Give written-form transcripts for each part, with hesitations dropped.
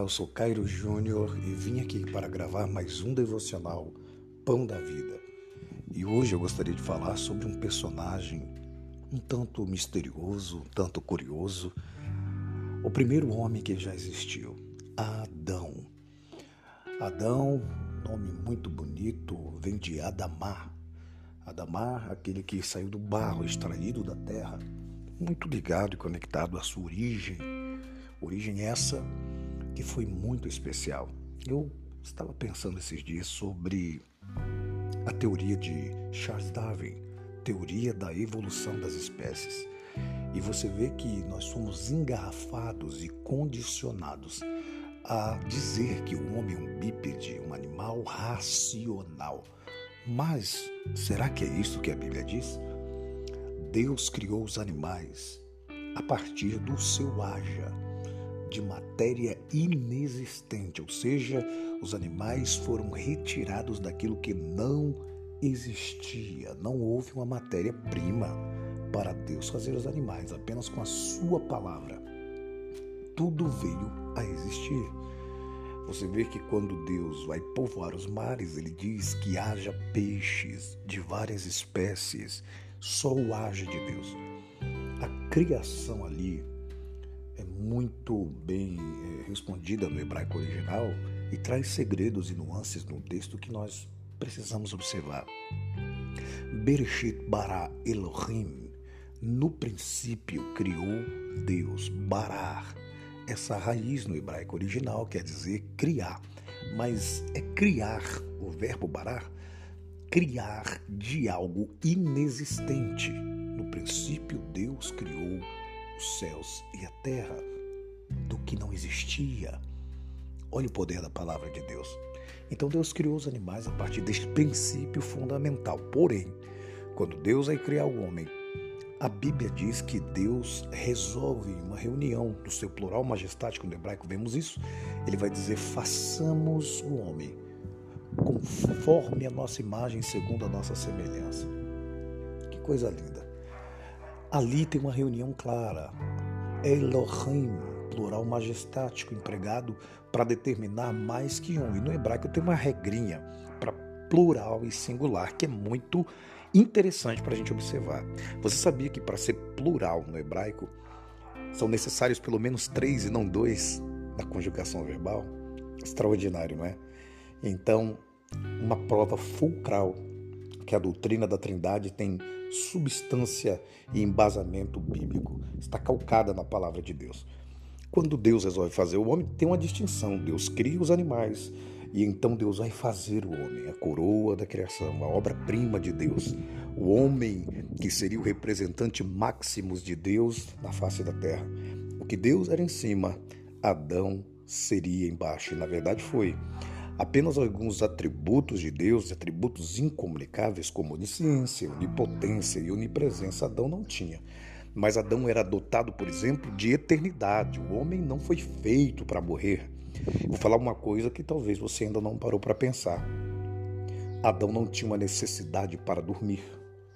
eu sou Cairo Júnior e vim aqui para gravar mais um devocional Pão da Vida. E hoje eu gostaria de falar sobre um personagem um tanto misterioso, um tanto curioso, o primeiro homem que já existiu, Adão. Adão, nome muito bonito, vem de Adamá. Adamá, aquele que saiu do barro, extraído da terra, muito ligado e conectado à sua origem essa que foi muito especial. Eu estava pensando esses dias sobre a teoria de Charles Darwin, teoria da evolução das espécies. E você vê que nós somos engarrafados e condicionados a dizer que o homem é um bípede, um animal racional. Mas será que é isso que a Bíblia diz? Deus criou os animais a partir do seu haja, de matéria inexistente, ou seja, os animais foram retirados daquilo que não existia. Não houve uma matéria-prima para Deus fazer os animais, apenas com a sua palavra. Tudo veio a existir. Você vê que quando Deus vai povoar os mares, ele diz que haja peixes de várias espécies, só o haja de Deus. A criação ali é muito bem respondida no hebraico original e traz segredos e nuances no texto que nós precisamos observar. Bereshit bara Elohim, no princípio criou Deus, barar. Essa raiz no hebraico original quer dizer criar, mas é criar, o verbo barar, criar de algo inexistente. No princípio Deus criou os céus e a terra, do que não existia. Olha o poder da palavra de Deus. Então Deus criou os animais a partir deste princípio fundamental. Porém, quando Deus vai criar o homem, a Bíblia diz que Deus resolve uma reunião, no seu plural majestático no hebraico, vemos isso. Ele vai dizer, façamos o homem conforme a nossa imagem, segundo a nossa semelhança. Que coisa linda. Ali tem uma reunião clara. Elohim, plural majestático, empregado para determinar mais que um. E no hebraico tem uma regrinha para plural e singular, que é muito interessante para a gente observar. Você sabia que para ser plural no hebraico são necessários pelo menos 3 e não 2 na conjugação verbal? Extraordinário, não é? Então, uma prova fulcral que a doutrina da Trindade tem substância e embasamento bíblico, está calcada na palavra de Deus. Quando Deus resolve fazer o homem, tem uma distinção. Deus cria os animais e então Deus vai fazer o homem, a coroa da criação, a obra-prima de Deus. O homem que seria o representante máximo de Deus na face da terra. O que Deus era em cima, Adão seria embaixo. E na verdade foi. Apenas alguns atributos de Deus, atributos incomunicáveis como onisciência, onipotência e onipresença, Adão não tinha. Mas Adão era dotado, por exemplo, de eternidade. O homem não foi feito para morrer. Vou falar uma coisa que talvez você ainda não parou para pensar. Adão não tinha uma necessidade para dormir.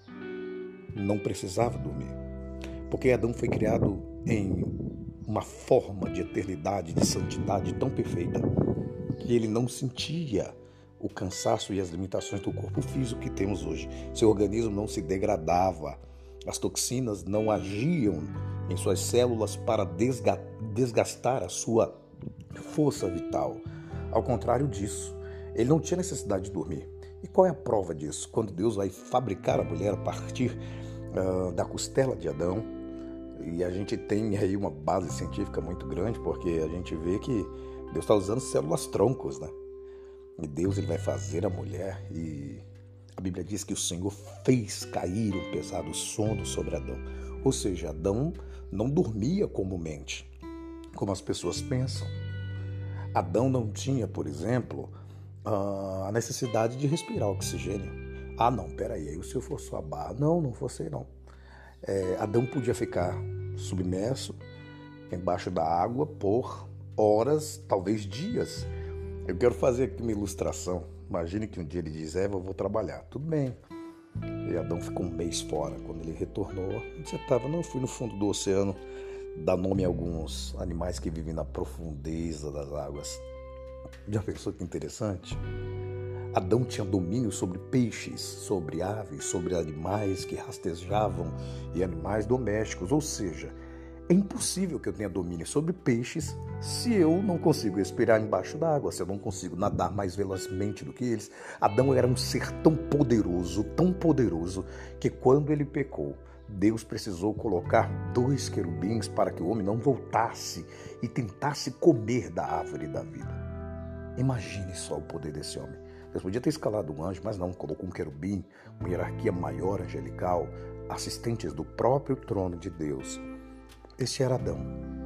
Não precisava dormir. Porque Adão foi criado em uma forma de eternidade, de santidade tão perfeita, que ele não sentia o cansaço e as limitações do corpo físico que temos hoje. Seu organismo não se degradava, as toxinas não agiam em suas células para desgastar a sua força vital. Ao contrário disso, ele não tinha necessidade de dormir. E qual é a prova disso? Quando Deus vai fabricar a mulher a partir da costela de Adão, e a gente tem aí uma base científica muito grande, porque a gente vê que Deus está usando células-troncos, né? E Deus ele vai fazer a mulher e a Bíblia diz que o Senhor fez cair um pesado sono sobre Adão. Ou seja, Adão não dormia comumente, como as pessoas pensam. Adão não tinha, por exemplo, a necessidade de respirar oxigênio. Ah, não, peraí, aí o senhor forçou a barra. Não forcei não. Adão podia ficar submerso embaixo da água por horas, talvez dias. Eu quero fazer aqui uma ilustração. Imagine que um dia ele diz, eu vou trabalhar. Tudo bem. E Adão ficou um mês fora. Quando ele retornou, onde você estava? Não, eu fui no fundo do oceano dá nome a alguns animais que vivem na profundeza das águas. Já pensou que interessante? Adão tinha domínio sobre peixes, sobre aves, sobre animais que rastejavam e animais domésticos. Ou seja, é impossível que eu tenha domínio sobre peixes se eu não consigo respirar embaixo d'água, se eu não consigo nadar mais velozmente do que eles. Adão era um ser tão poderoso, que quando ele pecou, Deus precisou colocar 2 querubins para que o homem não voltasse e tentasse comer da árvore da vida. Imagine só o poder desse homem. Deus podia ter escalado um anjo, mas não, colocou um querubim, uma hierarquia maior, angelical, assistentes do próprio trono de Deus. Esse era Adão,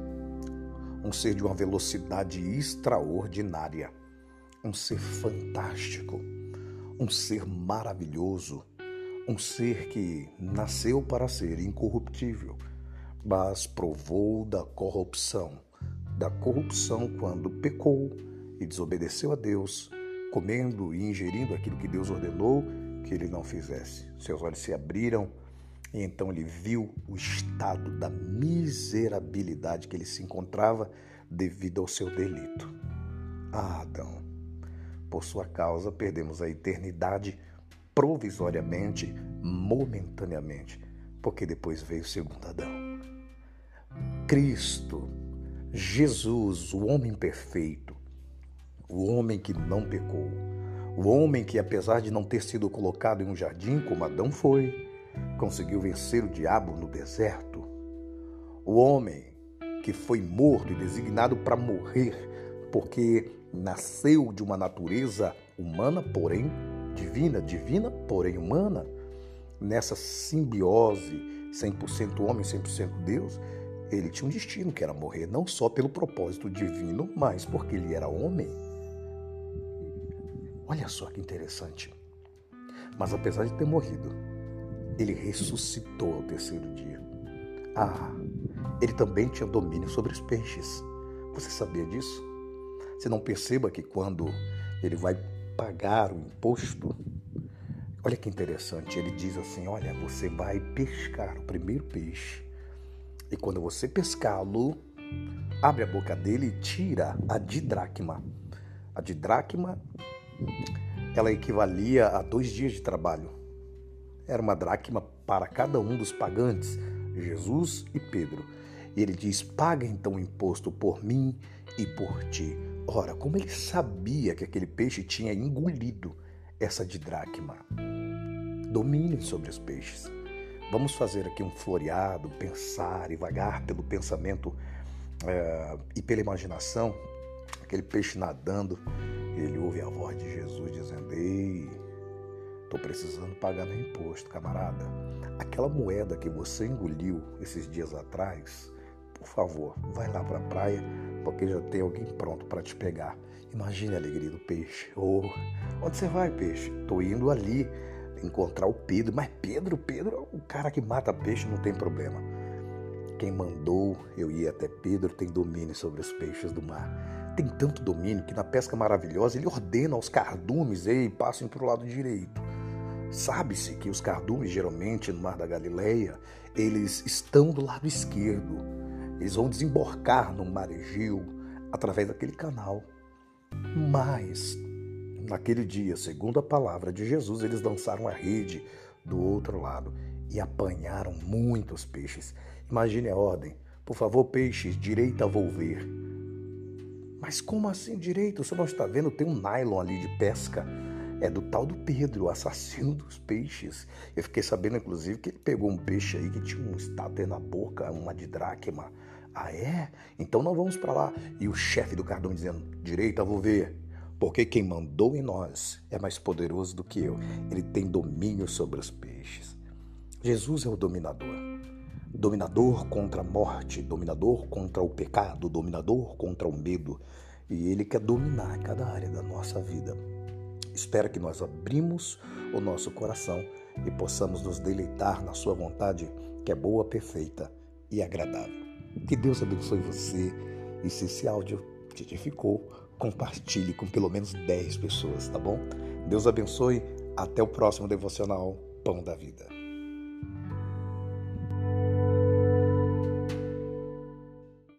um ser de uma velocidade extraordinária, um ser fantástico, um ser maravilhoso, um ser que nasceu para ser incorruptível, mas provou da corrupção quando pecou e desobedeceu a Deus, comendo e ingerindo aquilo que Deus ordenou que ele não fizesse. Seus olhos se abriram e então ele viu o estado da miserabilidade que ele se encontrava devido ao seu delito. Ah, Adão, por sua causa perdemos a eternidade provisoriamente, momentaneamente, porque depois veio o segundo Adão. Cristo, Jesus, o homem perfeito, o homem que não pecou, o homem que, apesar de não ter sido colocado em um jardim como Adão foi, conseguiu vencer o diabo no deserto. O homem que foi morto e designado para morrer, porque nasceu de uma natureza humana, porém divina, porém humana, nessa simbiose 100% homem, 100% Deus, ele tinha um destino que era morrer, não só pelo propósito divino, mas porque ele era homem. Olha só que interessante. Mas apesar de ter morrido, ele ressuscitou ao 3º dia. Ele também tinha domínio sobre os peixes. Você sabia disso? Você não perceba que quando ele vai pagar o imposto, olha que interessante, ele diz assim, olha, você vai pescar o primeiro peixe e quando você pescá-lo, abre a boca dele e tira a didracma. A didracma, ela equivalia a 2 dias de trabalho. Era uma dracma para cada um dos pagantes, Jesus e Pedro. E ele diz, paga então o imposto por mim e por ti. Ora, como ele sabia que aquele peixe tinha engolido essa didracma? Domínio sobre os peixes. Vamos fazer aqui um floreado, pensar e vagar pelo pensamento e pela imaginação. Aquele peixe nadando, ele ouve a voz de Jesus dizendo, ei, estou precisando pagar meu imposto, camarada. Aquela moeda que você engoliu esses dias atrás, por favor, vai lá para a praia, porque já tem alguém pronto para te pegar. Imagine a alegria do peixe. Onde você vai, peixe? Estou indo ali encontrar o Pedro. Mas Pedro é o cara que mata peixe, não tem problema. Quem mandou eu ir até Pedro tem domínio sobre os peixes do mar. Tem tanto domínio que na pesca maravilhosa ele ordena aos cardumes, ei, passem para o lado direito. Sabe-se que os cardumes, geralmente no Mar da Galileia, eles estão do lado esquerdo. Eles vão desembarcar no Mar Egeu através daquele canal. Mas, naquele dia, segundo a palavra de Jesus, eles lançaram a rede do outro lado e apanharam muitos peixes. Imagine a ordem. Por favor, peixes, direita a volver. Mas como assim direito? Você não está vendo? Tem um nylon ali de pesca. É do tal do Pedro, o assassino dos peixes. Eu fiquei sabendo, inclusive, que ele pegou um peixe aí que tinha um estáter na boca, uma didracma. Ah, é? Então não vamos para lá. E o chefe do cardume dizendo, direita, vou ver. Porque quem mandou em nós é mais poderoso do que eu. Ele tem domínio sobre os peixes. Jesus é o dominador. Dominador contra a morte, dominador contra o pecado, dominador contra o medo. E ele quer dominar cada área da nossa vida. Espero que nós abrimos o nosso coração e possamos nos deleitar na sua vontade, que é boa, perfeita e agradável. Que Deus abençoe você e se esse áudio te edificou, compartilhe com pelo menos 10 pessoas, tá bom? Deus abençoe, até o próximo devocional Pão da Vida.